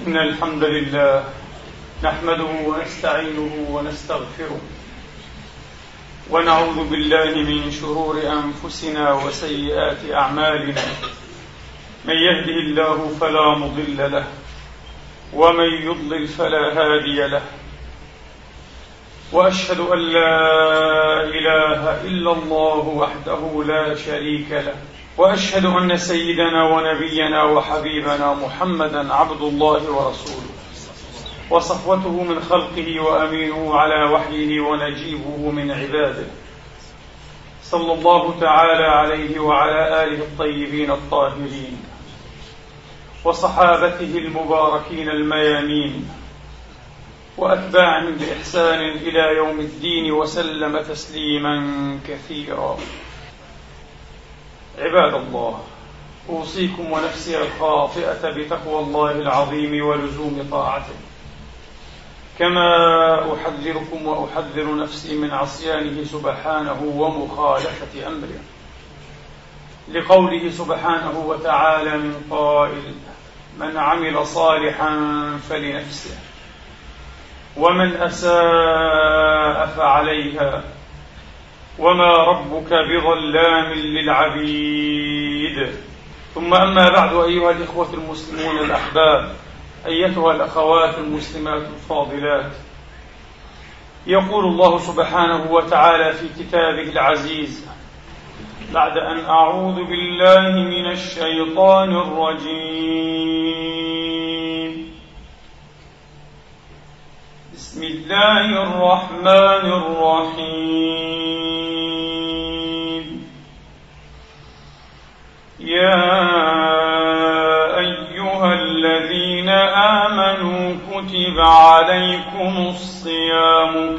إن الحمد لله نحمده ونستعينه ونستغفره ونعوذ بالله من شرور أنفسنا وسيئات أعمالنا. من يهده الله فلا مضل له ومن يضلل فلا هادي له، وأشهد أن لا إله إلا الله وحده لا شريك له، وأشهد أن سيدنا ونبينا وحبيبنا محمدا عبد الله ورسوله وصفوته من خلقه وأمينه على وحيه ونجيبه من عباده، صلى الله تعالى عليه وعلى آله الطيبين الطاهرين وصحابته المباركين الميامين وأتباعهم بإحسان إلى يوم الدين وسلم تسليما كثيرا. عباد الله، أوصيكم ونفسي الخاطئة بتقوى الله العظيم ولزوم طاعته، كما أحذركم وأحذر نفسي من عصيانه سبحانه ومخالفة أمره، لقوله سبحانه وتعالى من قائل: من عمل صالحا فلنفسه ومن أساء فعليها وما ربك بظلام للعبيد. ثم أما بعد، أيها الإخوة المسلمون الأحباب، أيتها الأخوات المسلمات الفاضلات، يقول الله سبحانه وتعالى في كتابه العزيز بعد أن أعوذ بالله من الشيطان الرجيم: بسم الله الرحمن الرحيم: يا أيها الذين آمنوا كتب عليكم الصيام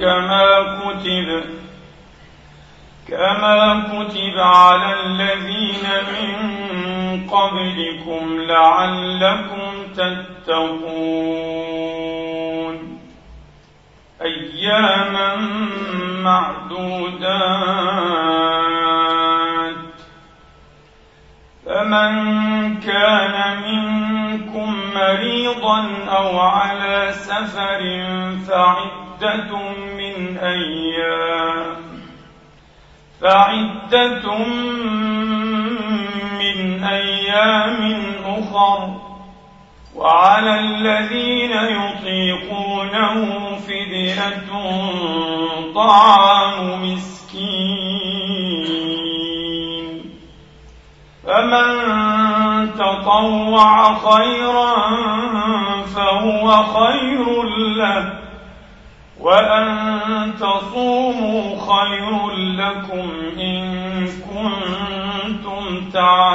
كما كتب على الذين من قبلكم لعلكم تتقون، أياما معدودات، فمن كان منكم مريضا أو على سفر فعدة من أيام أخر، وعلى الذين يطيقونه فدية طعام مسكين، فمن تطوع خيرا فهو خير له، وأن تصوموا خير لكم إن كنتم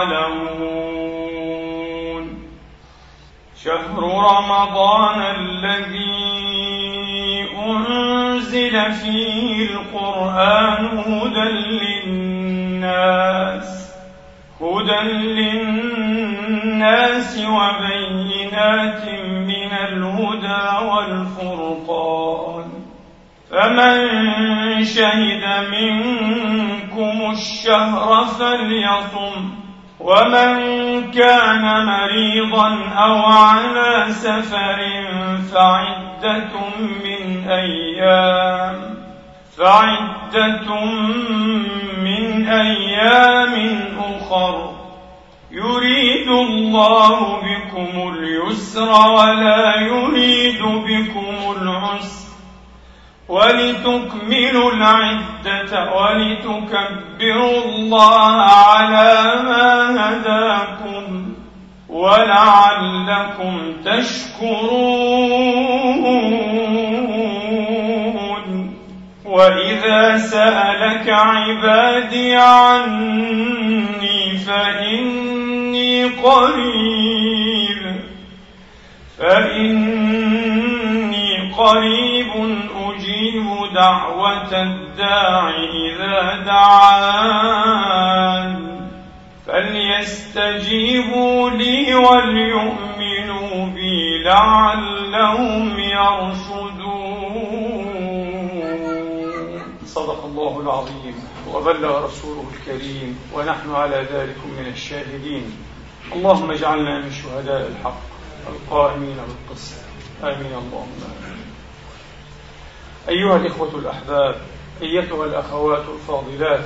تعلمون. شهر رمضان الذي أنزل فيه القرآن هدى للناس وبينات من الهدى والفرقان، فمن شهد منكم الشهر فليصم، ومن كان مريضا أو على سفر فعدة من أيام أخر، يريد الله بكم اليسر ولا يريد بكم العسر، ولتكملوا العدة ولتكبروا الله على ما هداكم ولعلكم تشكرون. وإذا سألك عبادي عني فإني قريب أجيب دعوة الداع إذا دعان، فليستجيبوا لي وليؤمنوا بي لعلهم يرشدون. صدق الله العظيم وبلغ رسوله الكريم، ونحن على ذلك من الشاهدين. اللهم اجعلنا من شهداء الحق القائمين بالقسط، آمين اللهم آمين. أيها الإخوة الأحباب، أيتها الأخوات الفاضلات،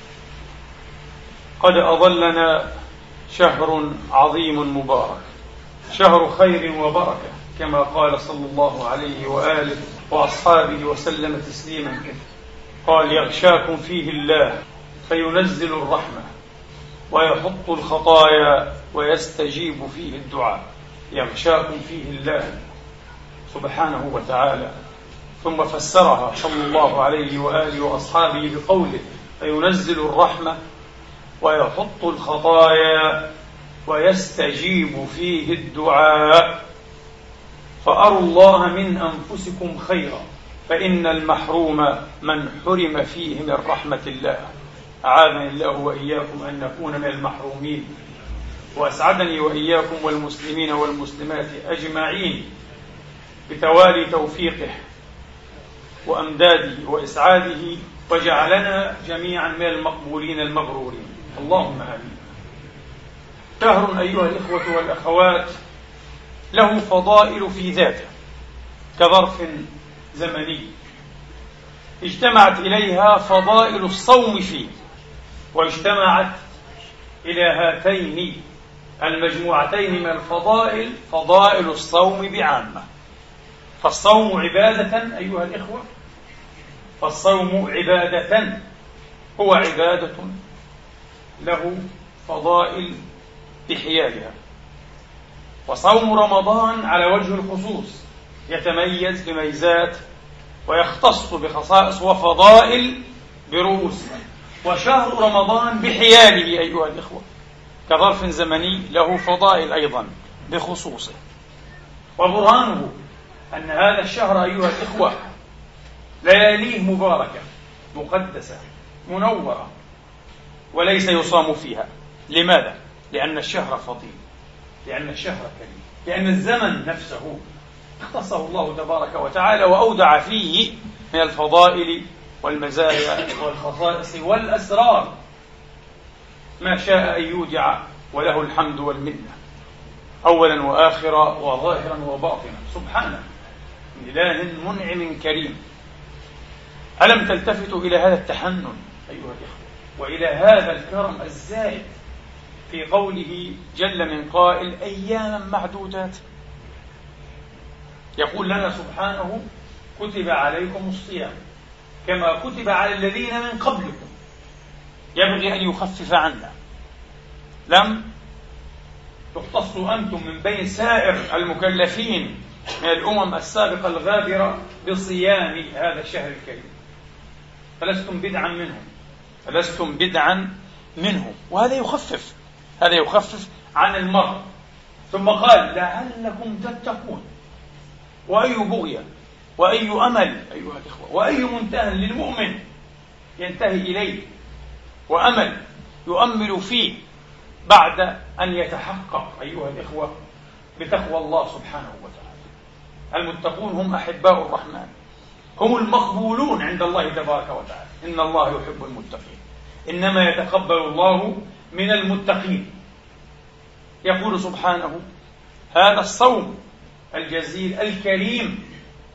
قد أظلنا شهر عظيم مبارك، شهر خير وبركة، كما قال صلى الله عليه وآله وأصحابه وسلم تسليما كثيرا. قال: يغشاكم فيه الله فينزل الرحمة ويحط الخطايا ويستجيب فيه الدعاء. يغشاكم فيه الله سبحانه وتعالى. ثم فسرها صلى الله عليه وآله وأصحابه بقوله: فينزل الرحمة ويحط الخطايا ويستجيب فيه الدعاء. فأروا الله من أنفسكم خيرا، فإن المحروم من حرم فيه من رحمة الله. أعاذني الله وإياكم أن نكون من المحرومين، وأسعدني وإياكم والمسلمين والمسلمات أجمعين بتوالي توفيقه وأمداده وإسعاده، وجعلنا جميعا من المقبولين المغرورين، اللهم آمين. شهر أيها الإخوة والأخوات له فضائل في ذاته كظرف زمني، اجتمعت إليها فضائل الصوم فيه، واجتمعت إلى هاتين المجموعتين من الفضائل فضائل الصوم بعامة. فالصوم عبادة أيها الإخوة، فالصوم عبادة، هو عبادة له فضائل بحيالها. وصوم رمضان على وجه الخصوص يتميز بميزات ويختص بخصائص وفضائل برؤوس. وشهر رمضان بحياله أيها الإخوة كظرف زمني له فضائل أيضا بخصوصه. وبرهانه أن هذا الشهر أيها الإخوة لياليه مباركة مقدسة منورة، وليس يصام فيها. لماذا؟ لأن الشهر فضيل، لأن الشهر كريم، لأن الزمن نفسه اختصه الله تبارك وتعالى وأودع فيه من الفضائل والمزايا والخصائص والأسرار ما شاء أن يودع، وله الحمد والمنة أولا وآخرا وظاهرا وباطنا، سبحانه من إله منعم كريم. ألم تلتفتوا إلى هذا التحنن أيها الإخوة وإلى هذا الكرم الزائد في قوله جل من قائل: أياما معدودات. يقول لنا سبحانه: كتب عليكم الصيام كما كتب على الذين من قبلكم. يبغي أن يخفف عنا. لم تختصوا أنتم من بين سائر المكلفين من الأمم السابقة الغابرة بصيام هذا الشهر الكريم، فلستم بدعا منهم، فلستم بدعا منهم. وهذا يخفف، هذا يخفف عن المرء. ثم قال: لعلكم تتقون. وأي بغية وأي أمل أيها الإخوة وأي منتهى للمؤمن ينتهي إليه، وأمل يؤمل فيه بعد أن يتحقق أيها الإخوة بتقوى الله سبحانه وتعالى. المتقون هم أحباء الرحمن، هم المقبولون عند الله تبارك وتعالى. إن الله يحب المتقين، إنما يتقبل الله من المتقين. يقول سبحانه: هذا الصوم الجزيل الكريم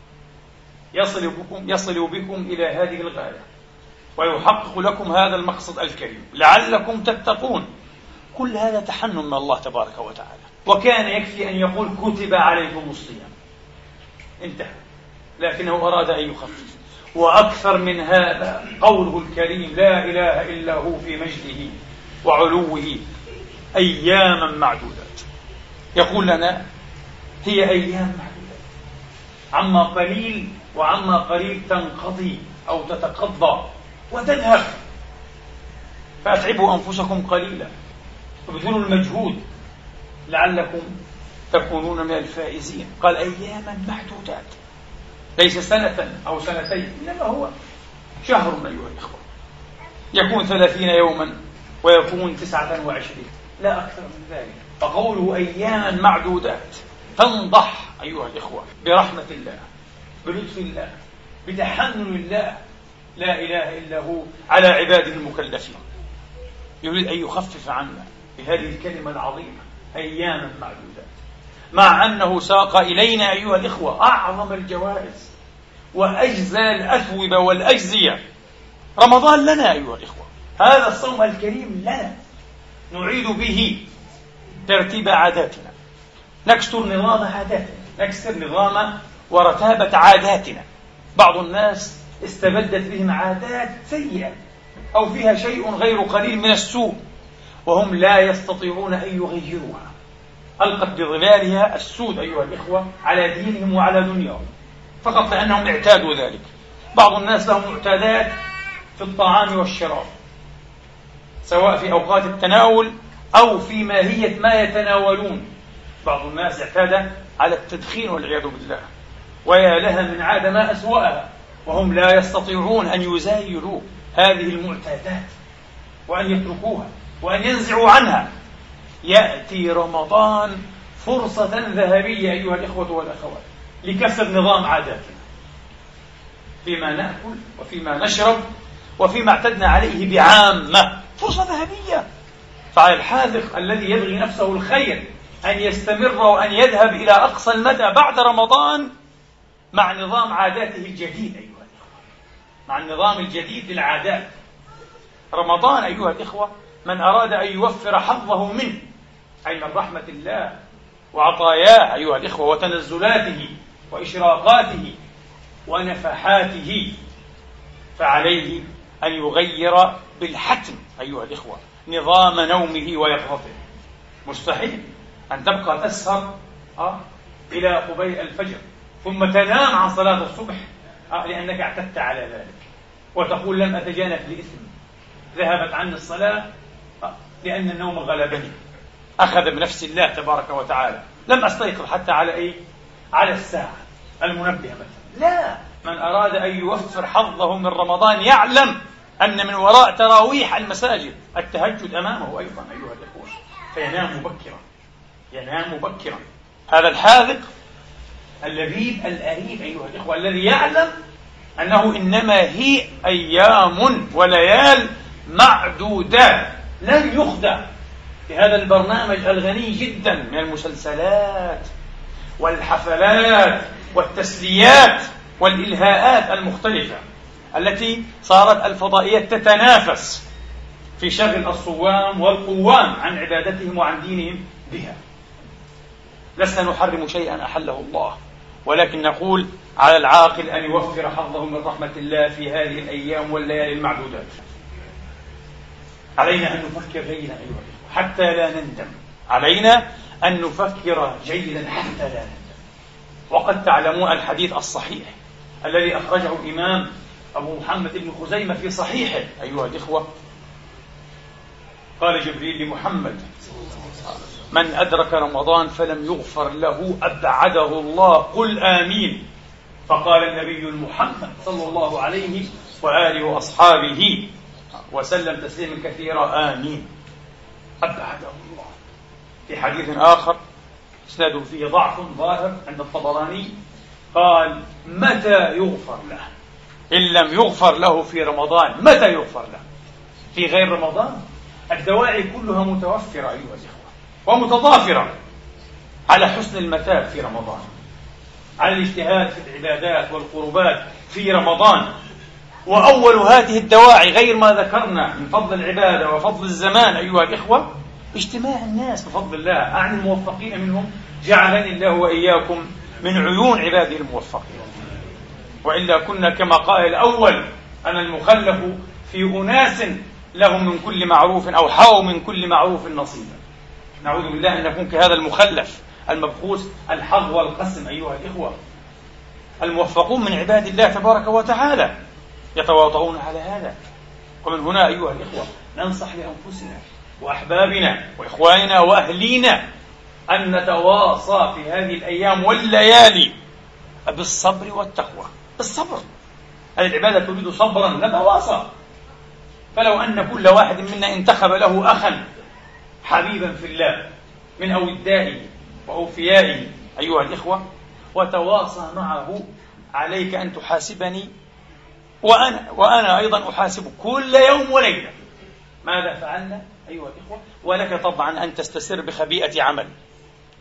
يصل بكم إلى هذه الغاية ويحقق لكم هذا المقصد الكريم لعلكم تتقون. كل هذا تحنن من الله تبارك وتعالى. وكان يكفي أن يقول: كتب عليكم الصيام، انتهى. لكنه أراد أن يخفف. وأكثر من هذا قوله الكريم: لا إله إلا هو في مجده وعلوه أياما معدودات. يقول لنا: هي أيام معدودات، عما قليل وعما قريب تنقضي أو تتقضى وتذهب، فأتعبوا أنفسكم قليلا وابذلوا المجهود لعلكم تكونون من الفائزين. قال: أياما معدودات، ليس سنة أو سنتين، إنما هو شهر أيها الإخوة، يكون 30 يوما ويكون 29، لا أكثر من ذلك. فقوله أياما معدودات تنضح أيها الإخوة برحمة الله، بلطف الله، بتحنن الله لا إله إلا هو على عباده المكلفين. يريد أن يخفف عنا بهذه الكلمة العظيمة: أياما معدودات. مع أنه ساق إلينا أيها الإخوة أعظم الجوائز وأجزى الأثوبة والأجزية. رمضان لنا أيها الإخوة، هذا الصوم الكريم لنا، نعيد به ترتيب عاداتنا، نكسر نظام عاداتنا، نكسر نظام ورتابة عاداتنا. بعض الناس استبدت بهم عادات سيئة أو فيها شيء غير قليل من السوء وهم لا يستطيعون أن يغيروها، ألقت بظلالها السود أيها الإخوة على دينهم وعلى دنياهم فقط لأنهم اعتادوا ذلك. بعض الناس لهم معتادات في الطعام والشراب، سواء في أوقات التناول أو في ماهية ما يتناولون. بعض الناس اعتاد على التدخين والعياذ بالله، ويا لها من عادة ما أسوأها، وهم لا يستطيعون أن يزايلوا هذه المعتادات وأن يتركوها وأن ينزعوا عنها. يأتي رمضان فرصة ذهبية أيها الإخوة والأخوات لكسر نظام عاداتنا فيما نأكل وفيما نشرب وفيما اعتدنا عليه بعامة، فرصة ذهبية. فعلى الحاذق الذي يبغي نفسه الخير أن يستمر وأن يذهب إلى أقصى المدى بعد رمضان مع نظام عاداته الجديد أيها الإخوة، مع النظام الجديد للعادات. رمضان أيها الإخوة من أراد أن يوفر حظه منه، أي من رحمة الله وعطاياه أيها الإخوة وتنزلاته وإشراقاته ونفحاته، فعليه أن يغير بالحتم أيها الإخوة نظام نومه ويقظته. مستحيل أن تبقى تسهر إلى قبيل الفجر ثم تنام عن صلاة الصبح لأنك اعتدت على ذلك وتقول لم أتجانف لإثم، ذهبت عني الصلاة لأن النوم غلبني، أخذ بنفس الله تبارك وتعالى، لم أستيقظ حتى على على الساعة المنبه مثلا. لا، من أراد أن يوفر حظه من رمضان يعلم أن من وراء تراويح المساجد التهجد أمامه أيضا أيها الأخوة، فينام مبكرا، ينام مبكرا. هذا الحاذق اللبيب الأريب أيها الإخوة الذي يعلم أنه إنما هي أيام وليال معدودات، لن يخدع بهذا البرنامج الغني جدا من المسلسلات والحفلات والتسليات والإلهاءات المختلفة التي صارت الفضائيات تتنافس في شغل الصوام والقوام عن عبادتهم وعن دينهم بها. لسنا نحرم شيئا أحله الله، ولكن نقول على العاقل أن يوفر حظه من رحمة الله في هذه الأيام والليالي المعدودات. علينا أن نفكر جيدا أيها الأخوة حتى لا نندم، علينا أن نفكر جيدا حتى لا نندم. وقد تعلمون الحديث الصحيح الذي أخرجه الإمام أبو محمد بن خزيمة في صحيحه أيها الإخوة. قال جبريل لمحمد: من أدرك رمضان فلم يغفر له أبعده الله، قل آمين. فقال النبي المحمد صلى الله عليه وآله وأصحابه وسلم تسليما كثيرا: آمين. أبعده الله. في حديث آخر إسناده فيه ضعف ظاهر عند الطبراني قال: متى يغفر له؟ إن لم يغفر له في رمضان متى يغفر له؟ في غير رمضان الدواعي كلها متوفرة أيها الإخوة ومتضافرة على حسن المثاب في رمضان، على الاجتهاد في العبادات والقربات في رمضان. وأول هذه الدواعي غير ما ذكرنا من فضل العبادة وفضل الزمان أيها الإخوة اجتماع الناس بفضل الله، أعني الموفقين منهم جعلني الله وإياكم من عيون عباده الموفقين. وإلا كنا كما قال الأول: أنا المخلف في أناس لهم من كل معروف أو حاوا من كل معروف نصيبا. نعوذ بالله أن نكون كهذا المخلف المبخوث الحظ والقسم أيها الإخوة. الموفقون من عباد الله تبارك وتعالى يتواطؤون على هذا. ومن هنا أيها الإخوة ننصح لأنفسنا وأحبابنا وإخواننا وأهلينا أن نتواصى في هذه الأيام والليالي بالصبر والتقوى. الصبر، هذه العبادة تريد صبرا، نتواصى. فلو أن كل واحد منا انتخب له أخا حبيبا في الله من أودائه وأوفيائه أيها الإخوة وتواصى معه: عليك أن تحاسبني وأنا أيضا أحاسبك كل يوم وليلة ماذا فعلنا أيها الإخوة، ولك طبعا أن تستسر بخبيئة عمل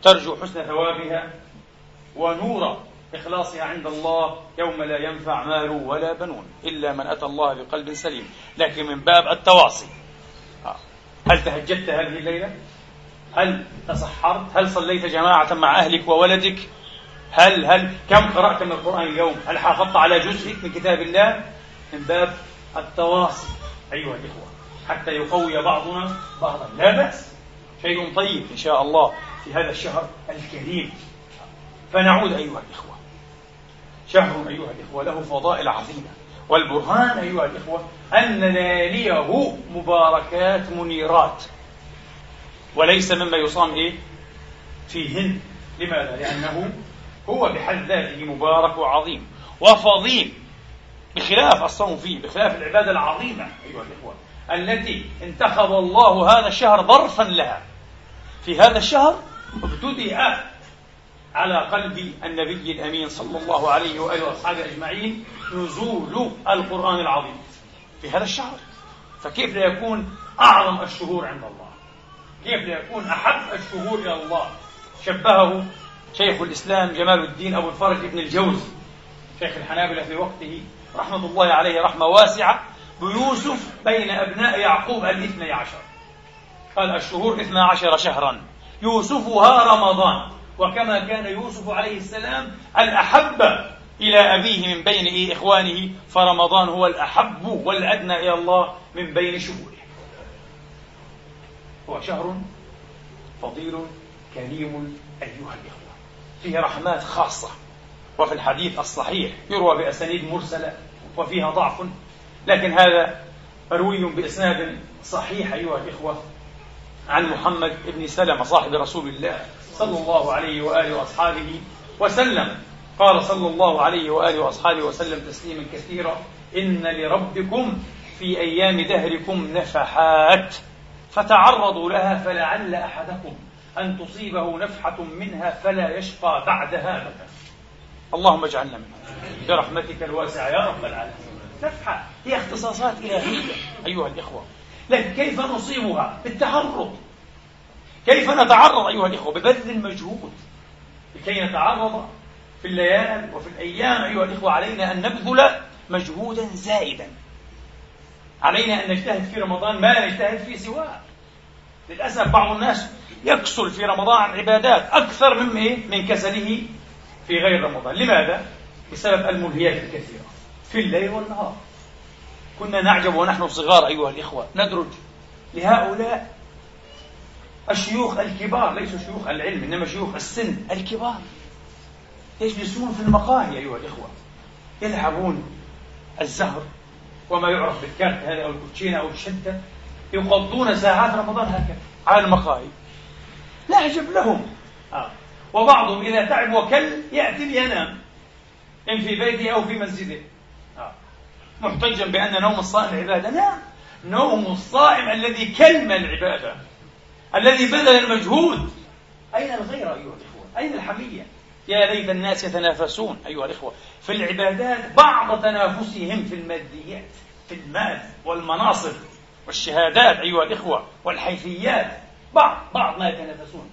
ترجو حسن ثوابها ونور إخلاصها عند الله يوم لا ينفع مال ولا بنون إلا من أتى الله بقلب سليم. لكن من باب التواصي، هل تهجدت هذه الليلة؟ هل تصحرت؟ هل صليت جماعة مع أهلك وولدك؟ كم قرأت من القرآن اليوم؟ هل حافظت على جزء من كتاب الله؟ من باب التواصي أيها الإخوة، حتى يقوي بعضنا بعضا. لا بأس، شيء طيب إن شاء الله في هذا الشهر الكريم. فنعود أيها الإخوة، شهر أيها الإخوة له فضائل عظيمة، والبرهان أيها الإخوة أن لياليه مباركات منيرات، وليس مما يصام فيهن. لماذا؟ لأنه هو بحد ذاته مبارك وعظيم وفضيل، بخلاف الصوم فيه، بخلاف العبادة العظيمة أيها الإخوة التي انتخب الله هذا الشهر ظرفا لها. في هذا الشهر ابتدأ على قلب النبي الأمين صلى الله عليه وآله وأصحابه أجمعين نزول القرآن العظيم في هذا الشهر، فكيف لا يكون أعظم الشهور عند الله؟ كيف لا يكون أحب الشهور إلى الله؟ شبهه شيخ الإسلام جمال الدين أبو الفرج ابن الجوزي شيخ الحنابلة في وقته رحمة الله عليه رحمة واسعة بيوسف بين أبناء يعقوب 12. قال الشهور 12 شهرا يوسفها رمضان، وكما كان يوسف عليه السلام الأحب إلى أبيه من بين إخوانه، فرمضان هو الأحب والأدنى إلى الله من بين شهوره. هو شهر فضيل كريم أيها الإخوة، فيه رحمات خاصة، وفي الحديث الصحيح يروى بأسانيد مرسلة وفيها ضعف، لكن هذا مروي بإسناد صحيح أيها الإخوة عن محمد بن سلمة صاحب رسول الله صلى الله عليه وآله وأصحابه وسلم. قال صلى الله عليه وآله وأصحابه وسلم تسليما كثيرا: إن لربكم في أيام دهركم نفحات فتعرضوا لها فلعل أحدكم أن تصيبه نفحة منها فلا يشقى بعدها أبدا. اللهم اجعلنا منها برحمتك الواسعة يا رب العالمين. نفحة هي اختصاصات إلهية أيها الإخوة، لكن كيف نصيبها؟ بالتعرض. كيف نتعرض أيها الإخوة؟ ببذل المجهود. لكي نتعرض في الليالي وفي الأيام أيها الإخوة علينا أن نبذل مجهودا زائدا، علينا أن نجتهد في رمضان ما لا نجتهد في سواه. للأسف بعض الناس يكسل في رمضان عن عبادات أكثر من كسله في غير رمضان. لماذا؟ بسبب الملهيات الكثيرة في الليل والنهار. كنا نعجب ونحن صغار أيها الإخوة ندرج لهؤلاء الشيوخ الكبار، ليسوا شيوخ العلم إنما شيوخ السن الكبار، يجلسون في المقاهي أيها الإخوة يلعبون الزهر وما يعرف بالكارت هذا أو الكوتشينة أو الشدة، يقضون ساعات رمضان هكذا على المقاهي. لا عجب لهم. وبعضهم إذا تعب وكل يأتي لينام إن في بيته أو في مسجده، محتجا بأن نوم الصائم عبادة. لا، نوم الصائم الذي كلم العبادة، الذي بذل المجهود. أين الغيرة أيها الإخوة؟ أين الحمية؟ يا ليت الناس يتنافسون أيها الإخوة في العبادات بعض تنافسهم في الماديات، في المال والمناصب والشهادات أيها الإخوة والحيثيات، بعض ما يتنافسون.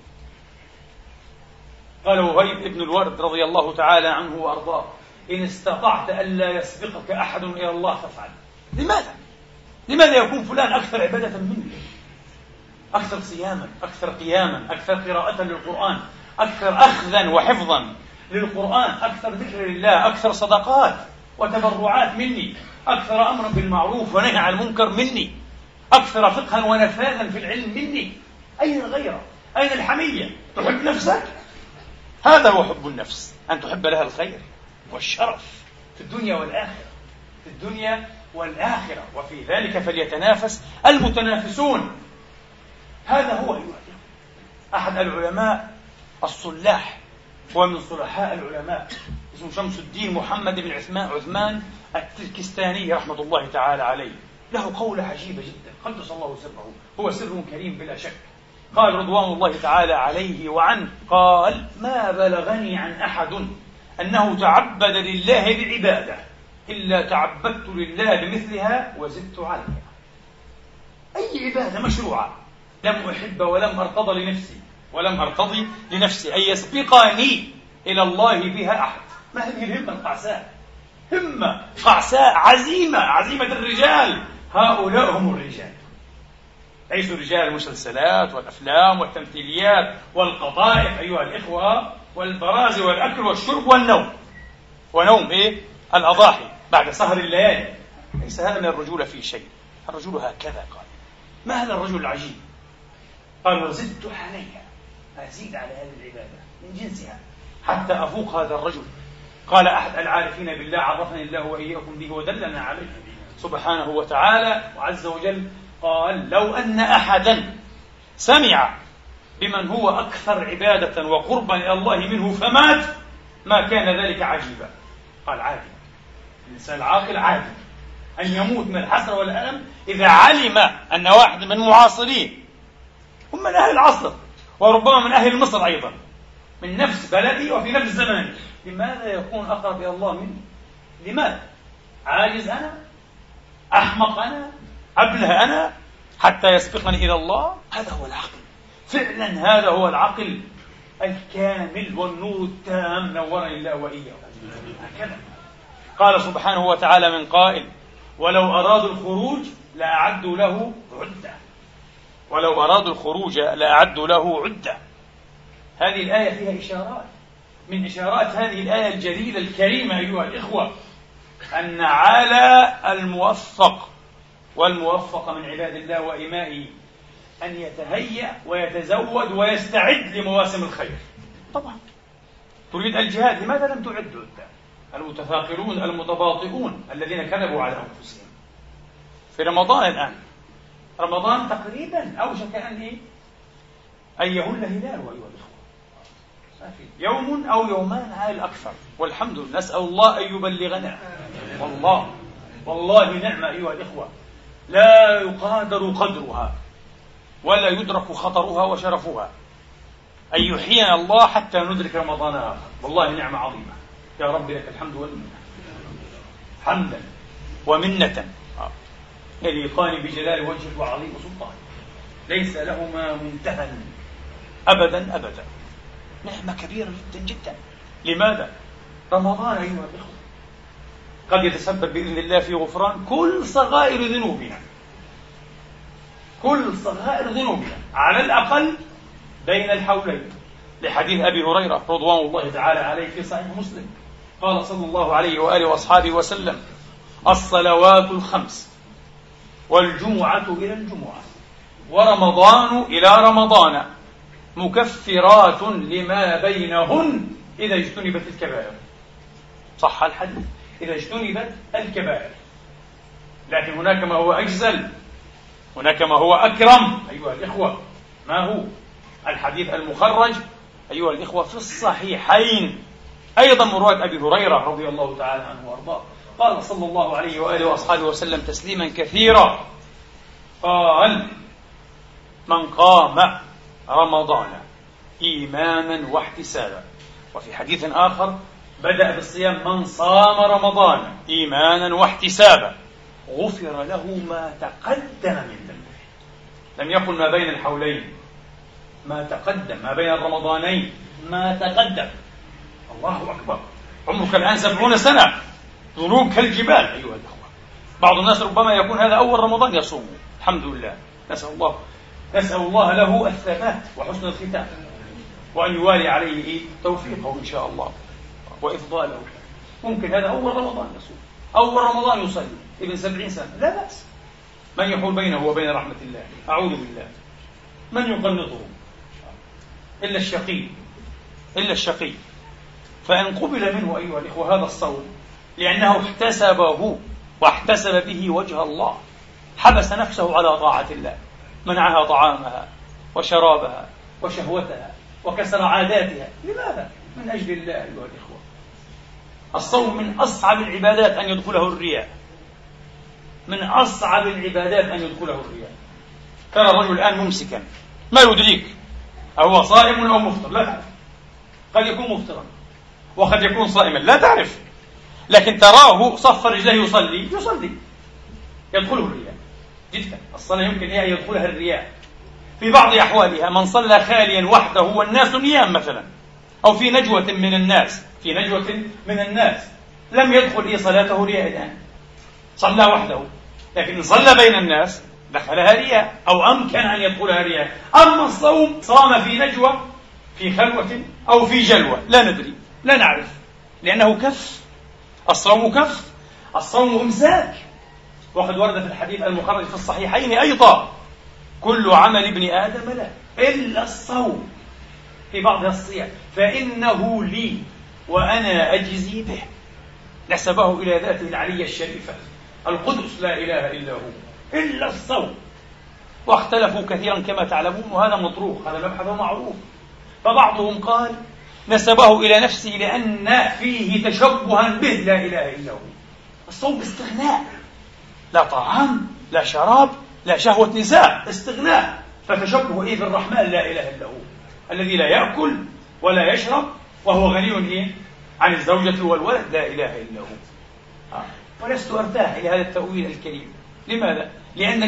قال وهيب ابن الورد رضي الله تعالى عنه وأرضاه: إن استطعت ألا يسبقك أحد إلى الله فافعل. لماذا يكون فلان أكثر عبادة مني، أكثر صياما، أكثر قياما، أكثر قراءة للقرآن، أكثر أخذا وحفظا للقرآن، أكثر ذكر لله، أكثر صدقات وتبرعات مني، أكثر أمرا بالمعروف ونهي عن المنكر مني، أكثر فقها ونفاذا في العلم مني. أين الغيرة؟ أين الحمية؟ تحب نفسك؟ هذا هو حب النفس، أن تحب لها الخير والشرف في الدنيا والآخرة، في الدنيا والآخرة، وفي ذلك فليتنافس المتنافسون. هذا هو أيها الإخوة. أحد العلماء الصلاح ومن صلحاء العلماء اسمه شمس الدين محمد بن عثمان التركستاني رحمة الله تعالى عليه، له قولة عجيبة جدا قدس الله سره، هو سر كريم بلا شك. قال رضوان الله تعالى عليه وعنه: قال ما بلغني عن أحد أنه تعبد لله بعبادة إلا تعبدت لله بمثلها وزدت عليها. أي عبادة مشروعة لم أحب ولم أرتضى لنفسي ولم أرتضي لنفسي أن يسبقني إلى الله بها أحد. ما هذه الهمة القعساء؟ همة قعساء، عزيمة الرجال. هؤلاء هم الرجال، ليسوا رجال المسلسلات والأفلام والتمثيليات والقطائف أيها الإخوة، والبرازي والأكل والشرب والنوم، ونوم الأضاحي بعد سهر الليالي. ليس هذا من الرجولة في شيء. الرجل هكذا قال. ما هذا الرجل العجيب؟ قال: وزدت عليها، أزيد على هذه العبادة من جنسها حتى أفوق هذا الرجل. قال أحد العارفين بالله: عرفني الله وإياكم به ودلنا عليه سبحانه وتعالى وعز وجل. قال: لو أن أحدا سمع بمن هو أكثر عبادة وقربا إلى الله منه فمات ما كان ذلك عجيبا. قال: عادي، الإنسان العاقل عادي أن يموت من الحسرة والألم إذا علم أن واحد من معاصرين هم من أهل العصر، وربما من أهل مصر أيضا، من نفس بلدي وفي نفس زماني، لماذا يكون أقرب إلى الله مني؟ لماذا؟ عاجز أنا؟ أحمق أنا؟ أبله أنا حتى يسبقني إلى الله؟ هذا هو العقل فعلا، هذا هو العقل الكامل والنور التام. نورني الله وإياه. هكذا قال سبحانه وتعالى من قائل: ولو أرادوا الخروج لأعدوا له عدة. ولو أرادوا الخروج لأعدوا له عدة. هذه الآية فيها إشارات من إشارات هذه الآية الجليلة الكريمة أيها الإخوة، أن على الموفق والموفق من عباد الله وإمائه أن يتهيأ ويتزود ويستعد لمواسم الخير. طبعا تريد الجهاد، لماذا لم تعد عدة؟ المتثاقلون المتباطئون الذين كذبوا على أنفسهم. في رمضان الآن، رمضان تقريبا أوشك أن يهل هلاله أيها الإخوة. يوم أو يومان على الأكثر، والحمد لله، نسأل الله أن يبلغنا. والله نعمة أيها الإخوة لا يقادر قدرها ولا يدرك خطرها وشرفها، أن يحيينا الله حتى ندرك رمضان آخر. والله نعمة عظيمة. يا رب لك الحمد والمنة، حمدا ومنة يليقان بجلال وجهك وعظيم سلطانك، ليس لهما منتهى أبدا أبدا. نعمة كبيرة جدا جدا. لماذا؟ رمضان أيها الإخوة قد يتسبب بإذن الله في غفران كل صغائر ذنوبنا، كل صغائر ذنوبنا على الأقل بين الحولين، لحديث أبي هريرة رضوان الله تعالى عليه في صحيح مسلم. قال صلى الله عليه وآله وأصحابه وسلم: الصلوات الخمس والجمعة إلى الجمعة ورمضان إلى رمضان مكفرات لما بينهن إذا اجتنبت الكبائر. صح الحديث، إذا اجتنبت الكبائر. لكن هناك ما هو أجزل، هناك ما هو أكرم أيها الإخوة. ما هو؟ الحديث المخرج أيها الإخوة في الصحيحين أيضا من رواية أبي هريرة رضي الله تعالى عنه وأرضاه. قال صلى الله عليه وآله وأصحابه وسلم تسليما كثيرا، قال: من قام رمضان إيمانا واحتسابا. وفي حديث آخر بدأ بالصيام: من صام رمضان إيمانا واحتسابا غفر له ما تقدم من ذنبه. لم يقل ما بين الحولين، ما تقدم، ما بين الرمضانين ما تقدم. الله أكبر. عمرك الآن 70 سنة، ذنوب كالجبال أيها الأخوة. بعض الناس ربما يكون هذا أول رمضان يصوم، الحمد لله، نسأل الله له الثبات وحسن الختام، وأن يوالي عليه توفيقه إن شاء الله وإفضاله. ممكن هذا أول رمضان يصوم، أول رمضان يصلي، ابن 70 سنة، لا بأس. من يحول بينه وبين رحمة الله؟ أعوذ بالله. من يقنطه؟ إلا الشقي. فإن قبل منه أيها الإخوة هذا الصوم لأنه احتسبه واحتسب به وجه الله، حبس نفسه على طاعة الله، منعها طعامها وشرابها وشهوتها وكسر عاداتها. لماذا؟ من أجل الله أيها الإخوة. الصوم من أصعب العبادات أن يدخله الرياء، من أصعب العبادات أن يدخله الرياء. ترى الرجل الآن ممسكا، ما يدريك أهو صائم أو مفطر؟ لا تعرف. قد يكون مفطرا وقد يكون صائما، لا تعرف. لكن تراه صف رجليه يصلي، يدخله الرياء جدا. الصلاة يمكن أن يدخلها الرياء، في بعض أحوالها من صلى خاليا وحده والناس نيام مثلا، أو في نجوة من الناس لم يدخل صلاته رياء، صلى وحده، لكن إن صلى بين الناس دخلها رياء أو أمكن أن يدخلها رياء. أما الصوم صام في نجوة، في خلوة أو في جلوة، لا ندري، لا نعرف، لأنه كف. الصوم كف، الصوم إمساك. وقد ورد في الحديث المخرج في الصحيحين أيضا: كل عمل ابن آدم له إلا الصوم، في بعض الصيام، فإنه لي وأنا أجزي به. نسبه إلى ذاته العلية الشريفة القدس، لا إله إلا هو، إلا الصوم. واختلفوا كثيرا كما تعلمون، وهذا مطروح، هذا مبحث معروف. فبعضهم قال نسبه إلى نفسه لأن فيه تشبها به، لا إله إلا هو. الصوم استغناء، لا طعام لا شراب لا شهوة نساء، استغناء. فتشبه بالرحمن لا إله إلا هو، الذي لا يأكل ولا يشرب وهو غني عن الزوجة والولد، لا إله إلا هو. ولست أرتاح إلى هذا التأويل الكريم. لماذا؟ لأن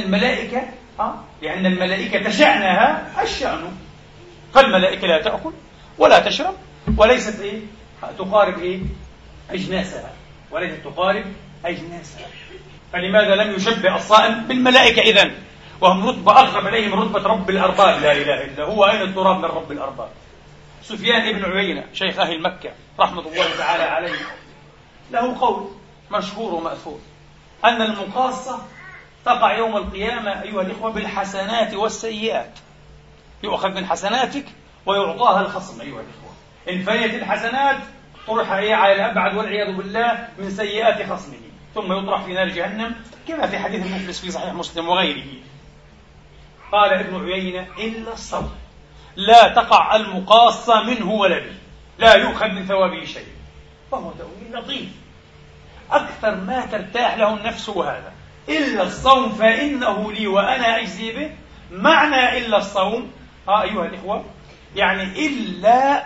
الملائكة شأنها الشأن، فالملائكة لا تأكل ولا تشرب وليست تقارب أجناسها، وليست تقارب أجناسها. فلماذا لم يشبه الصائم بالملائكة إذن؟ وهم رتبة أقرب إليه من رتبة رب الأرباب، لا إله إلا هو. أين التراب من رب الأرباب؟ سفيان بن عيينة شيخ أهل مكة رحمة الله تعالى عليه له قول مشهور ومأثور أن المقاصة تقع يوم القيامة أيها الإخوة بالحسنات والسيئات. يؤخذ من حسناتك ويعطاها الخصم أيها الإخوة. إن فنيت الحسنات طرح على الأبعد والعياذ بالله من سيئات خصمه، ثم يطرح في نار جهنم، كما في حديث المفلس في صحيح مسلم وغيره. قال ابن عيينة: إلا الصوم لا تقع المقاصة منه ولا به، لا يؤخذ من ثوابه شيء. فهو تأويل لطيف أكثر ما ترتاح له النفس. وهذا إلا الصوم فإنه لي وأنا أجزي به. معنى إلا الصوم أيها الإخوة يعني إلا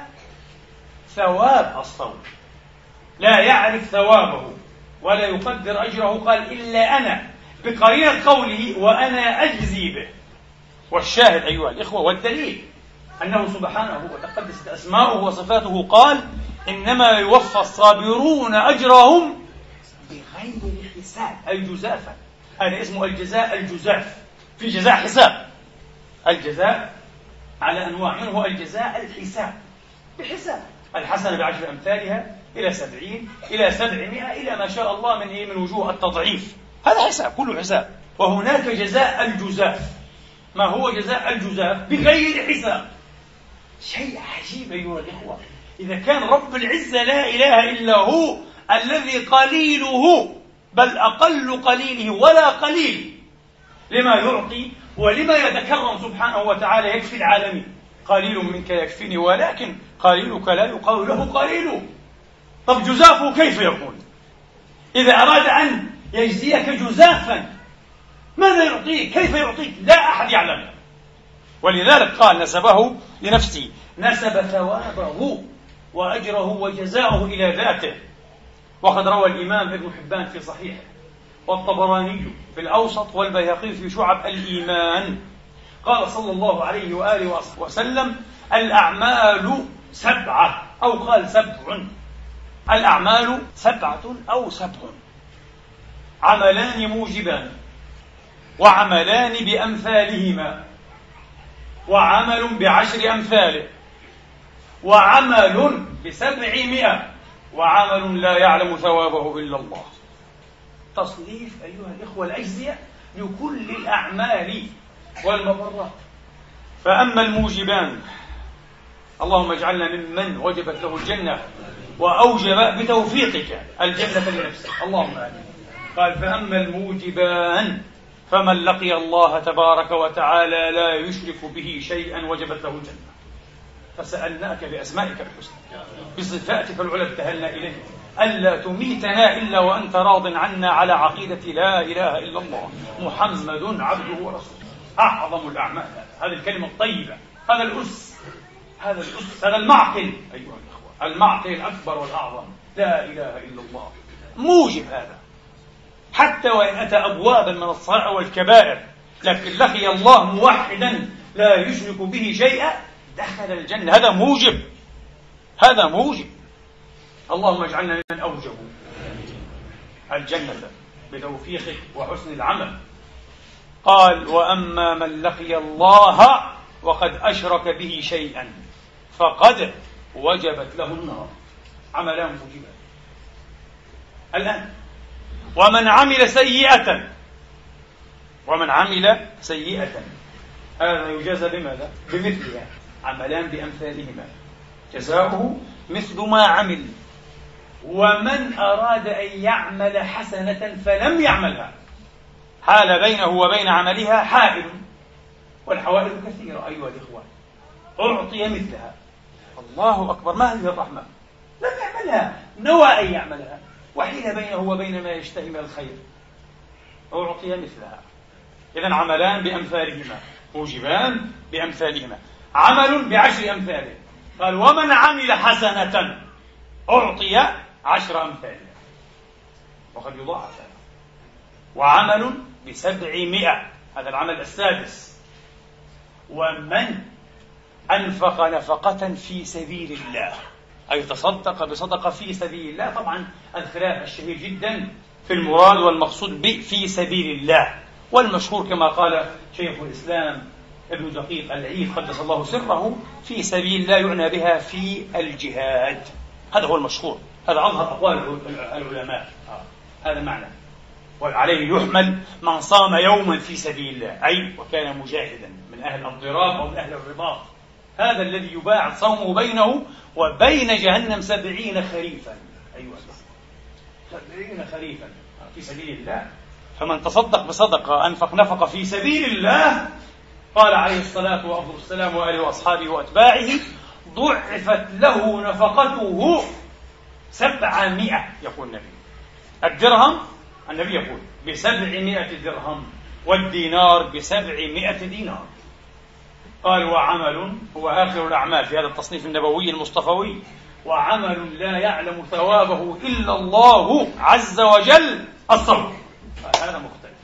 ثواب الصوم، لا يعرف ثوابه ولا يقدر أجره. قال إلا أنا، بقرينة قوله وأنا أجزي به. والشاهد أيها الإخوة والدليل أنه سبحانه وتقدست أسماؤه وصفاته قال: إنما يوفى الصابرون أجرهم بغير حساب، أي جزافا. هذا اسمه الجزاء الجزاف، في جزاء حساب. الجزاء على أنواع، منه الجزاء الحساب، بحساب. الحسنة بعشر أمثالها إلى 70 إلى 700 إلى ما شاء الله من وجوه التضعيف. هذا حساب، كله حساب. وهناك جزاء الجزاف. ما هو جزاء الجزاف؟ بغير حساب. شيء عجيب أيها الإخوة. إذا كان رب العزة لا إله إلا هو الذي قليله، بل أقل قليله ولا قليل، لما يعطي ولما يتكرم سبحانه وتعالى، يكفي العالمين. قليل منك يكفيني ولكن قليلك لا يقال له قليل. طب جزافه كيف يكون؟ إذا أراد أن يجزيك جزافا ماذا يعطيك؟ كيف يعطيك؟ لا أحد يعلم. ولذلك قال نسبه لنفسه، نسب ثوابه وأجره وجزاؤه إلى ذاته. وقد روى الإمام ابن حبان في صحيحه، والطبراني في الأوسط، والبيهقي في شعب الإيمان، قال صلى الله عليه وآله وسلم: الأعمال 7، أو قال 7. الأعمال 7 أو 7، عملان موجبان، وعملان بأمثالهما، وعمل ب10 أمثاله، وعمل ب700، وعمل لا يعلم ثوابه إلا الله. تصنيف أيها الإخوة الأجزية لكل الأعمال والمبرات. فأما الموجبان، اللهم اجعلنا ممن وجبت له الجنة وأوجب بتوفيقك الجنة لنفسه، اللهم آمين. قال: فأما الموجبان فمن لقي الله تبارك وتعالى لا يشرك به شيئا وجبت له الجنة. فسألناك بأسمائك الحسنى بصفاتك العلى ابتهلنا إليك ألا تميتنا إلا وأنت راض عنا على عقيدة لا إله إلا الله محمد عبده ورسوله. أعظم الأعمال هذه الكلمة الطيبة، هذا الأس، هذا المعقل أيها الأخوة، المعقل الأكبر والأعظم، لا إله إلا الله. موجب هذا حتى وإن أتى أبوابا من الصغائر والكبائر، لكن لقي الله موحدا لا يشرك به شيئا دخل الجنة. هذا موجب، هذا موجب. اللهم اجعلنا ممن أوجبوا الجنة بتوفيقك وحسن العمل. قال: وأما من لقي الله وقد أشرك به شيئا فقد وجبت له النار. عملان موجبان. الآن ومن عمل سيئة هذا يجازى بماذا؟ بمثلها. عملان بأمثالهما، جزاؤه مثل ما عمل. ومن أراد أن يعمل حسنة فلم يعملها حال بينه وبين عملها حائل، والحوائل كثيرة أيها الإخوان، أعطي مثلها. الله أكبر، ما هذه الرحمة؟ لم يعملها، نوى أن يعملها، وحيل بينه وبين ما يشتهي من الخير، أعطي مثلها. إذن عملان بأمثالهما، موجبان بأمثالهما، عمل ب10 أمثاله. قال: ومن عمل حسنة أعطي 10 أمثالها، وقد يضاعف هذا. وعمل ب700، هذا العمل السادس. ومن أنفق نفقة في سبيل الله، أي تصدق بصدقة في سبيل الله. طبعا الخلاف الشهير جدا في المراد والمقصود في سبيل الله، والمشهور كما قال شيخ الإسلام ابن دقيق العيد قدس الله سره: في سبيل الله يعنى بها في الجهاد. هذا هو المشهور، هذا أظهر أقوال العلماء، هذا معنى. وعليه يحمل من صام يوما في سبيل الله، أي وكان مجاهدا من أهل الضراب أو من أهل الرباط، هذا الذي يباعد صومه بينه وبين جهنم 70 خريفا. أيوة 70 خريفا في سبيل الله. فمن تصدق بصدقة، أنفق نفقة في سبيل الله، قال عليه الصلاة والسلام وآله وأصحابه وأتباعه: ضعفت له نفقته 700. يقول النبي الدرهم، النبي يقول ب700 درهم، والدينار ب700 دينار. قال: وعمل، هو آخر الأعمال في هذا التصنيف النبوي المصطفوي، وعمل لا يعلم ثوابه إلا الله عز وجل، الصوم. هذا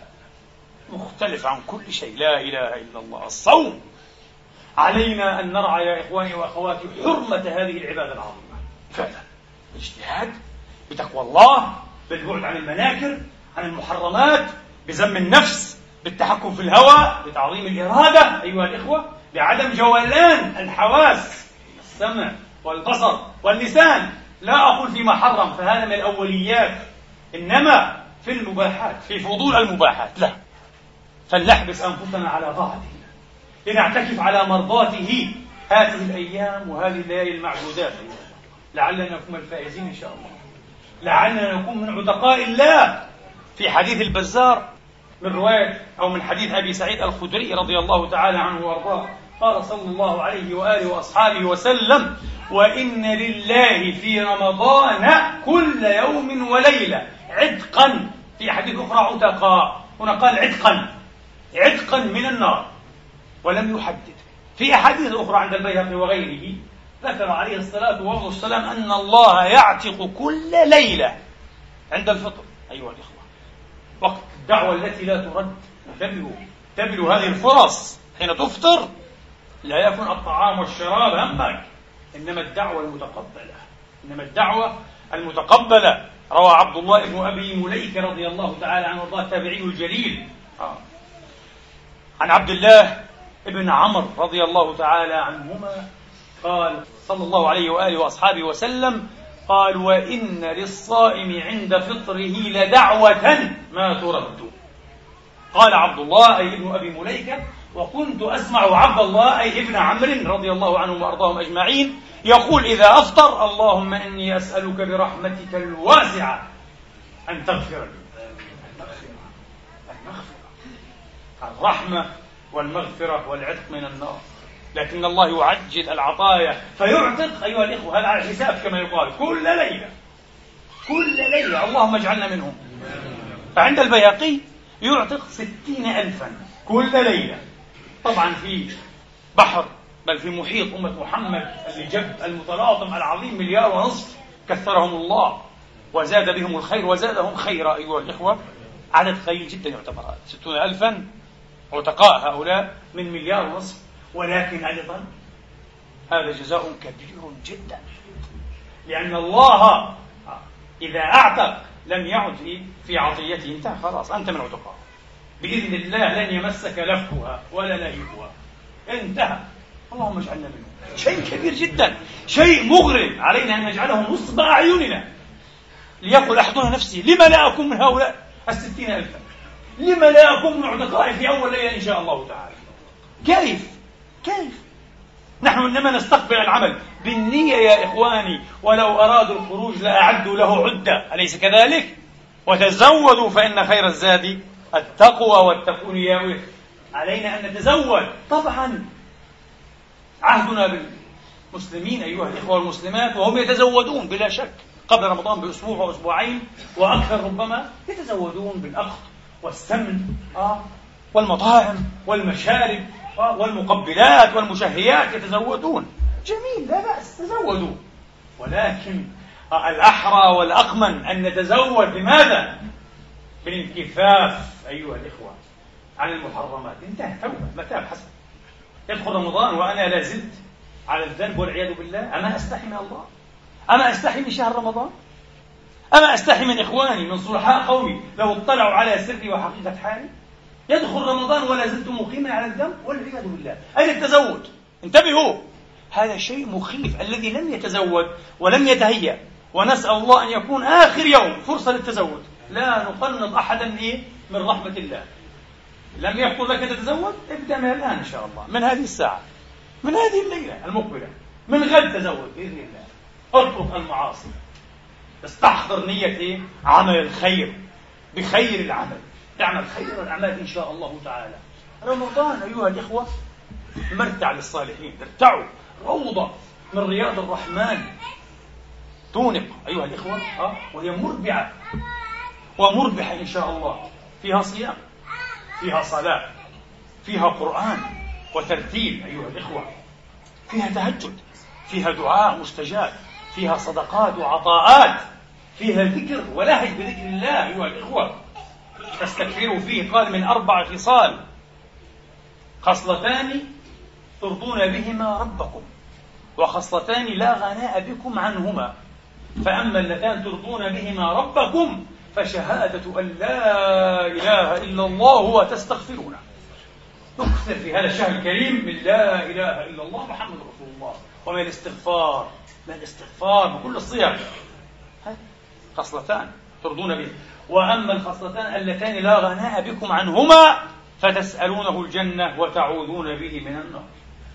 مختلف عن كل شيء، لا إله إلا الله. الصوم علينا أن نرعى يا إخواني وأخواتي حرمة هذه العبادة العظيمة فعلا، بالاجتهاد، بتقوى الله، بالبعد عن المناكر، عن المحرمات، بذم النفس، بالتحكم في الهوى، بتعظيم الإرادة أيها الإخوة، بعدم جولان الحواس، السمع والبصر واللسان. لا أقول فيما حرم، فهذا من الأوليات، إنما في المباحات، في فضول المباحات لا. فلنحبس أنفسنا على طاعته، لنعتكف على مرضاته هذه الأيام وهذه الليالي المعدودات، لعلنا نكون الفائزين إن شاء الله، لعلنا نكون من عتقاء الله. في حديث البزار من رواية أو من حديث أبي سعيد الخدري رضي الله تعالى عنه وارضاه، قال صلى الله عليه وآله وأصحابه وسلم: وإن لله في رمضان كل يوم وليلة عتقا، في حديث أخرى عتقاء، هنا قال عتقا من النار، ولم يحدد. في أحاديث أخرى عند البيهقي وغيره ذكر عليه الصلاة والسلام أن الله يعتق كل ليلة عند الفطر. أيها الإخوة، وقت الدعوة التي لا ترد، انتبهوا هذه الفرص حين تفطر، لا يكون الطعام والشراب همك، إنما الدعوة المتقبلة. روى عبد الله بن أبي مليكة رضي الله تعالى عنه وارضاه التابعي الجليل عن عبد الله بن عمرو رضي الله تعالى عنهما قال صلى الله عليه وآله وأصحابه وسلم: قال: وإن للصائم عند فطره لدعوة ما ترد. قال عبد الله أي ابن أبي مليكة: وكنت أسمع عبد الله أي ابن عمرو رضي الله عنهم وأرضاهم أجمعين يقول إذا أفطر: اللهم إني أسألك برحمتك الواسعة أن تغفر لي. الرحمة والمغفرة والعتق من النار، لكن الله يعجل العطايا فيعتق أيها الإخوة، هذا على الحساب كما يقال، كل ليلة اللهم اجعلنا منهم. فعند البيهقي يعتق 60,000 كل ليلة. طبعا في بحر، بل في محيط أمة محمد اللي جب المتلاطم العظيم 1.5 مليار، كثرهم الله وزاد بهم الخير وزادهم خيرا أيها الإخوة. عدد قليل جدا يعتبر 60,000 عتقاء هؤلاء من 1.5 مليار، ولكن أيضا هذا جزاء كبير جدا، لأن الله إذا أعتق لم يعد في عطيته، انتهى خلاص، أنت من عتقاء بإذن الله، لن يمسك لفها ولا لهيبها، انتهى. اللهم اجعلنا منه. شيء كبير جدا، شيء مغرم، علينا أن نجعله نصب أعيننا. ليقول أحدنا نفسي لما لا أكون من هؤلاء 60,000، لما لا أكون من عتقائي في أول ليلة إن شاء الله تعالى. كيف نحن إنما نستقبل العمل بالنية يا إخواني، ولو أرادوا الخروج لأعدوا له عدة، أليس كذلك؟ وتزودوا فإن خير الزاد التقوى واتقون يا أولي. علينا أن نتزود. طبعا عهدنا بالمسلمين أيها الإخوة والمسلمات وهم يتزودون بلا شك، قبل رمضان بأسبوع وأسبوعين وأكثر ربما يتزودون بالأخذ والسمن والمطاعم والمشارب والمقبلات والمشهيات، يتزودون. جميل، لا بأس، تزودوا. ولكن الأحرى والأقمن أن نتزود بماذا؟ بالانكفاف أيها الإخوة عن المحرمات. انتهى، توبة، متاب حسن. يدخل رمضان وأنا لا زلت على الذنب والعياذ بالله. أما أستحي من الله؟ أما أستحي من شهر رمضان؟ أما أستحي من إخواني من صلحاء قومي لو اطلعوا على سري وحقيقة حالي؟ يدخل رمضان ولا زلت مقيما على الذنب والعياذ بالله. أين التزود؟ انتبهوا، هذا شيء مخيف. الذي لم يتزود ولم يتهيأ، ونسأل الله أن يكون آخر يوم فرصة للتزود. لا نقنط أحدا من رحمة الله. لم يخطر لك تتزود، ابدأ من الآن إن شاء الله، من هذه الساعة، من هذه الليلة المقبلة، من غد تزود بإذن الله. اترك المعاصي، استحضر نية عمل الخير بخير العمل، تعمل خير الأعمال إن شاء الله تعالى. رمضان أيها الإخوة مرتع للصالحين، ارتعوا، روضة من رياض الرحمن، تونق أيها الإخوة، وهي مربعة ومربحة إن شاء الله. فيها صيام، فيها صلاة، فيها قرآن وترتيل أيها الإخوة، فيها تهجد، فيها دعاء مستجاب، فيها صدقات وعطاءات، فيها ذكر ولهج بذكر الله أيها الإخوة. تستكثروا فيه، قال من 4 خصال: خصلتان ترضون بهما ربكم، وخصلتان لا غناء بكم عنهما، فأما اللتان ترضون بهما ربكم فشهادة أن لا إله إلا الله وتستغفرونه. نكثر في هذا الشهر الكريم من لا إله إلا الله محمد رسول الله، ومن الاستغفار، من الاستغفار بكل الصيغ. خصلتان ترضون به، وأما الخصلتان اللتان لا غناء بكم عنهما فتسألونه الجنة وتعوذون به من النار.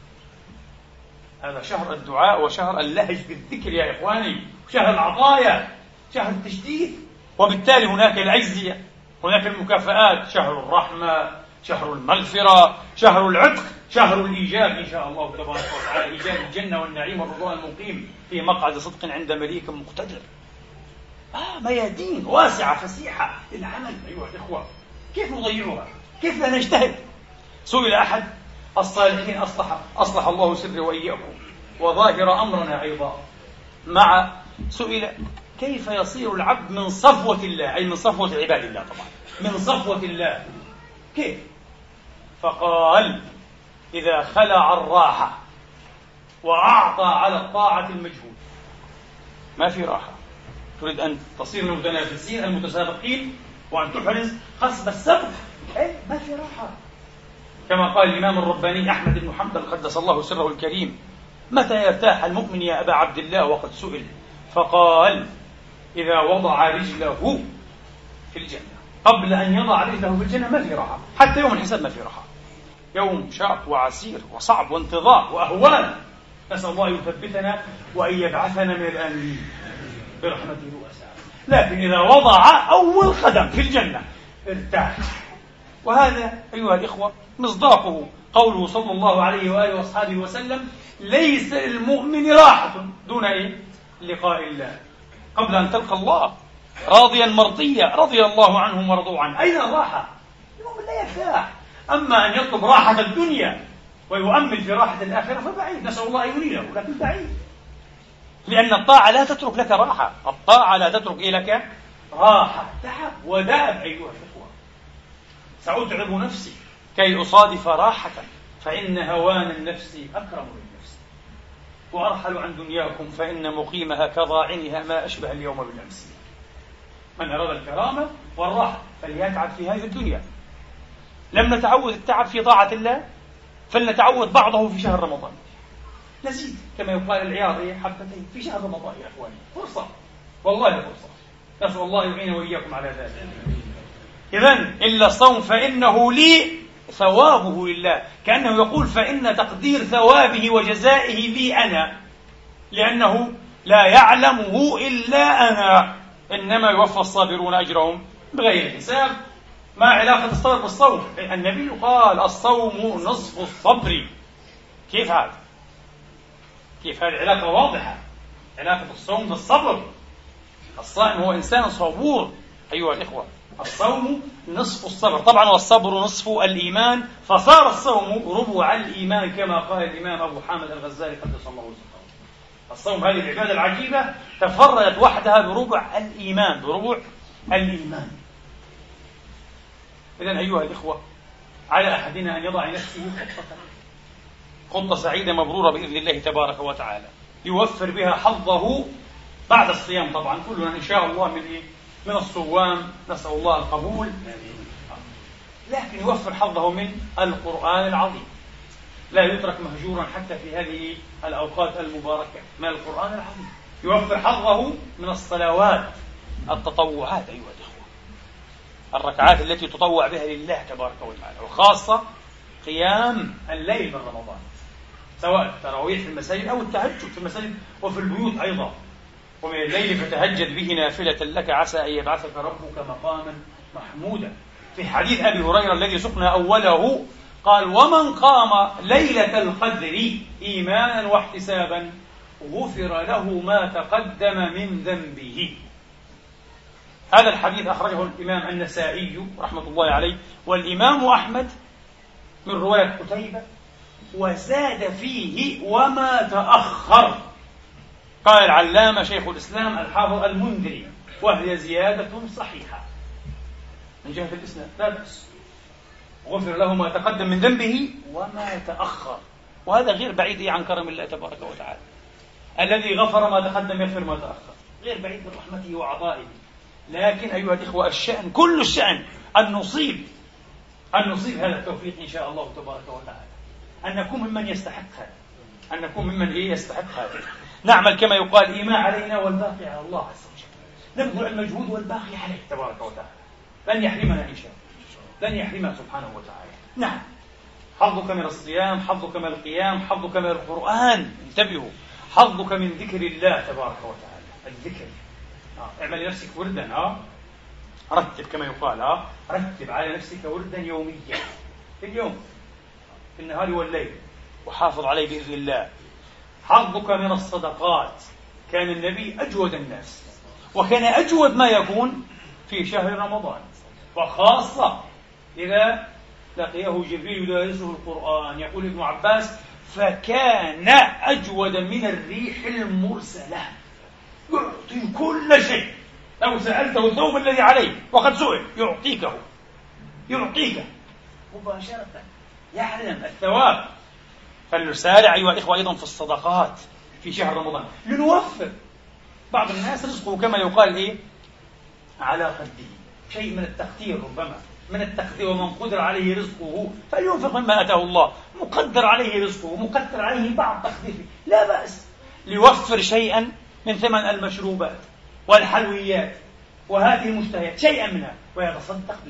هذا شهر الدعاء وشهر اللهج بالذكر يا إخواني، شهر العطايا، شهر التجديد. وبالتالي هناك العزية، هناك المكافآت، شهر الرحمة، شهر المغفرة، شهر العتق، شهر الإيجاب إن شاء الله تبارك وتعالى، إيجاب الجنة والنعيم والرضوان المقيم في مقعد صدق عند مليك مقتدر. ميادين واسعة فسيحة للعمل أيها الإخوة، كيف نضيعها؟ كيف لا نجتهد؟ سئل أحد الصالحين أصلح الله سري وإياكم وظاهر أمرنا أيضا مع، سئل كيف يصير العبد من صفوة الله، أي من صفوة عباد الله طبعا، من صفوة الله كيف؟ فقال إذا خلع الراحة وأعطى على الطاعة المجهود. ما في راحة، تريد أن تصير من المتنافسين المتسابقين وأن تحرز خصب السبق، ما في راحة. كما قال الإمام الرباني أحمد بن حنبل قدس الله سره الكريم: متى يرتاح المؤمن يا أبا عبد الله؟ وقد سئل فقال: إذا وضع رجله في الجنة. قبل أن يضع رجله في الجنة ما في راحة، حتى يوم الحساب ما في راحة، يوم شاق وعسير وصعب وانتظار وأهوال. نسأل الله يثبتنا وأن يبعثنا من الآمنين برحمته واسعة. لكن إذا وضع أول قدم في الجنة ارتاح. وهذا أيها الإخوة مصداقه قوله صلى الله عليه وآله وأصحابه وسلم: ليس للمؤمن راحة دون لقاء الله. قبل أن تلقى الله راضيا مرضيا رضي الله عنهم ورضوا عنه. أين الراحة؟ المؤمن لا يرتاح. أما أن يطلب راحة الدنيا ويؤمل في راحة الآخرة فبعيد، نسأل الله يغنيه، لكن بعيد، لأن الطاعة لا تترك لك راحة، الطاعة لا تترك لك راحة، تعب وداب أيها الإخوة. سأتعب نفسي كي أصادف راحة، فإن هوان النفس أكرم للنفس، وأرحل عن دنياكم فإن مقيمها كضاعنها ما أشبه اليوم بالأمس. من أراد الكرامة والراحة فليتعب في هذه الدنيا. لم نتعود التعب في طاعة الله، فلنتعود بعضه في شهر رمضان. نزيد كما يقال العياض حبتين في شهر رمضان يا أخواني، فرصة، والله فرصة. نسأل الله يعين وإياكم على ذلك. إذن إلا الصوم فإنه لي ثوابه لله، كأنه يقول فإن تقدير ثوابه وجزائه لي أنا، لأنه لا يعلمه إلا أنا، إنما يوفى الصابرون أجرهم بغير حساب. ما علاقة الصبر بالصوم؟ النبي قال الصوم نصف الصبر. كيف هذا؟ كيف هذه العلاقة واضحة؟ علاقة الصوم بالصبر. الصائم هو إنسان صبور أيها الإخوة. الصوم نصف الصبر، طبعا والصبر نصف الإيمان، فصار الصوم ربع الإيمان كما قال الإمام أبو حامد الغزالي قدس الله سره. الصوم هذه العبادة العجيبة تفردت وحدها بربع الإيمان، بربع الإيمان. إذن أيها الإخوة، على أحدنا أن يضع لنفسه خطة سعيدة مبرورة بإذن الله تبارك وتعالى، يوفر بها حظه بعد الصيام. طبعا كلنا إن شاء الله من الصوام، نسأل الله القبول، لكن يوفر حظه من القرآن العظيم، لا يترك مهجورا حتى في هذه الأوقات المباركة، من القرآن العظيم. يوفر حظه من الصلوات التطوعات أيها الإخوة، الركعات التي تطوع بها لله تبارك وتعالى، وخاصة قيام الليل من رمضان، سواء التراويح في المساجد أو التهجد في المساجد وفي البيوت أيضا. ومن الليل فتهجد به نافلة لك عسى أن يبعثك ربك مقاما محمودا. في حديث أبي هريرة الذي سقنا أوله قال ومن قام ليلة القدر إيمانا واحتسابا غفر له ما تقدم من ذنبه. هذا الحديث أخرجه الإمام النسائي رحمة الله عليه والإمام أحمد من رواية قتيبة، وزاد فيه وما تأخر. قال العلامة شيخ الإسلام الحافظ المنذري وهي زيادة صحيحة من جهة الإسلام لا بأس. غفر له ما تقدم من ذنبه وما تأخر، وهذا غير بعيد عن كرم الله تبارك وتعالى. الذي غفر ما تقدم يغفر ما تأخر، غير بعيد من رحمته وعطائه. لكن أيها الإخوة الشأن كل الشأن أن نصيب هذا التوفيق إن شاء الله تبارك وتعالى، أن نكون ممن يستحق هذا، أن نكون ممن يستحق هذا. نعمل كما يقال إيماء علينا والباقي على الله عز وجل، نبذل المجهود والباقي عليه تبارك وتعالى، لن يحرمنا إن شاء الله، لن يحرمنا سبحانه وتعالى. نعم، حظك من الصيام، حظك من القيام، حظك من القرآن، انتبهوا، حظك من ذكر الله تبارك وتعالى. الذكر اعمل لنفسك وردا، رتب كما يقال، رتب على نفسك وردا يوميا في اليوم في النهار والليل، وحافظ عليه بإذن الله. حظك من الصدقات، كان النبي أجود الناس، وكان أجود ما يكون في شهر رمضان، وخاصة إذا لقيه جبريل يدارسه القرآن. يقول ابن عباس فكان أجود من الريح المرسلة، يعطي كل شيء. لو سألته الثوب الذي عليه وقد سئل يعطيك مباشرة، يعلم الثواب. فلنسارع أيها الإخوة أيضا في الصدقات في شهر رمضان لنوفر. بعض الناس رزقه كما يقال على قده، شيء من التقدير، ربما من التقدير. ومن قدر عليه رزقه فلينفق مما أتاه الله. مقدر عليه رزقه، مقدر عليه بعض تقديره، لا بأس ليوفر شيئا من ثمن المشروبات والحلويات وهذه المشتهيات، شيئا منها، ويتصدق به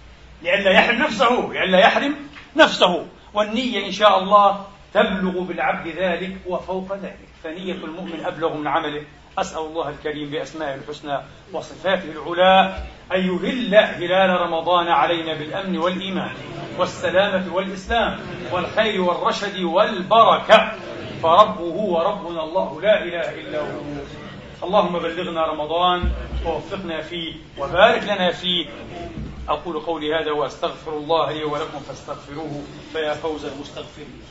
لئلا يحرم نفسه. والنية إن شاء الله تبلغ بالعبد ذلك وفوق ذلك، فنية المؤمن أبلغ من عمله. أسأل الله الكريم بأسمائه الحسنى وصفاته العلى أن يهل هلال رمضان علينا بالأمن والإيمان والسلامة والإسلام والخير والرشد والبركة، فربه وربنا الله لا إله إلا هو. اللهم بلغنا رمضان ووفقنا فيه وبارك لنا فيه. أقول قولي هذا وأستغفر الله لي ولكم فاستغفروه فيا فوز المستغفرين.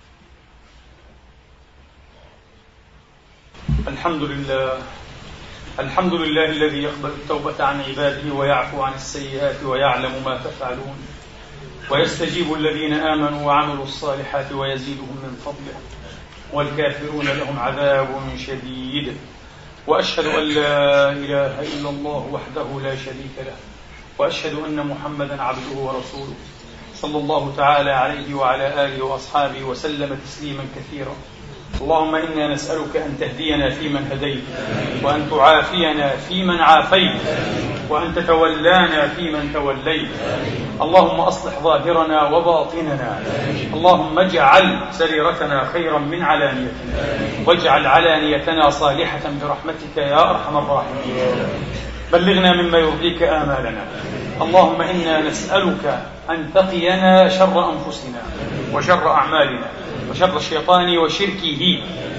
الحمد لله الحمد لله الذي يقبل التوبة عن عباده ويعفو عن السيئات ويعلم ما تفعلون، ويستجيب الذين آمنوا وعملوا الصالحات ويزيدهم من فضله، والكافرون لهم عذاب شديد. وأشهد أن لا إله إلا الله وحده لا شريك له، وأشهد أن محمدا عبده ورسوله صلى الله تعالى عليه وعلى آله وأصحابه وسلم تسليما كثيرا. اللهم إنا نسألك أن تهدينا فيمن هديت، وأن تعافينا فيمن عافيت، وأن تتولانا فيمن توليت. اللهم أصلح ظاهرنا وباطننا، اللهم اجعل سريرتنا خيرا من علانيتنا، واجعل علانيتنا صالحة برحمتك يا أرحم الراحمين. بلغنا مما يرضيك آمالنا. اللهم إنا نسألك أن تقينا شر أنفسنا وشر أعمالنا وشر الشيطان وشركه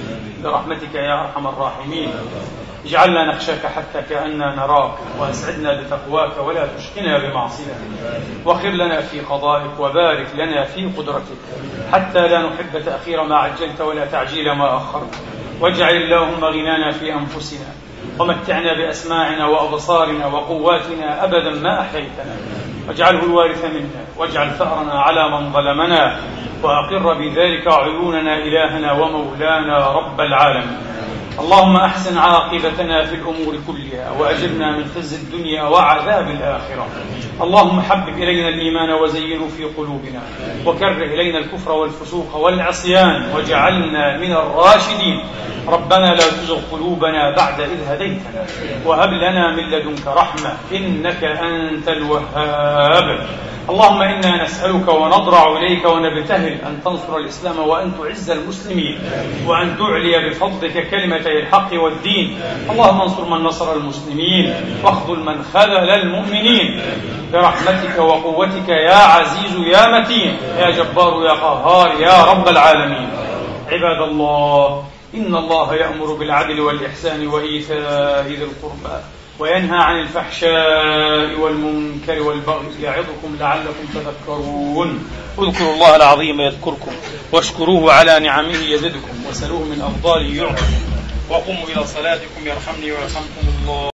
برحمتك يا أرحم الراحمين. اجعلنا نخشاك حتى كأننا نراك، وأسعدنا بتقواك ولا تشقنا بمعصيتك، واخر لنا في قضائك وبارك لنا في قدرتك، حتى لا نحب تأخير ما عجلت ولا تعجيل ما أخرت. واجعل اللهم غنانا في أنفسنا، ومتعنا بأسماعنا وأبصارنا وقواتنا أبدا ما أحييتنا، واجعله الوارث منا، واجعل ثأرنا على من ظلمنا، وأقر بذلك عيوننا إلهنا ومولانا رب العالمين. اللهم أحسن عاقبتنا في الأمور كلها، وأجرنا من خزي الدنيا وعذاب الآخرة. اللهم حبب إلينا الإيمان وزينه في قلوبنا، وكره إلينا الكفر والفسوق والعصيان، واجعلنا من الراشدين. ربنا لا تزغ قلوبنا بعد إذ هديتنا، وهب لنا من لدنك رحمة إنك أنت الوهاب. اللهم إنا نسألك ونضرع إليك ونبتهل أن تنصر الإسلام وأن تعز المسلمين، وأن تعلي بفضلك كلمتي الحق والدين. اللهم انصر من نصر المسلمين، واخذل من خذل المؤمنين، برحمتك وقوتك يا عزيز يا متين يا جبار يا قهار يا رب العالمين. عباد الله، إن الله يأمر بالعدل والإحسان وإيتاء ذي القربى، وينهى عن الفحشاء والمنكر والبغي، يعظكم لعلكم تذكرون. اذكروا الله العظيم يذكركم، واشكروه على نعمه يزدكم، وسلوه من أفضاله يعطكم. وقوموا إلى صلاتكم يرحمني ويرحمكم الله.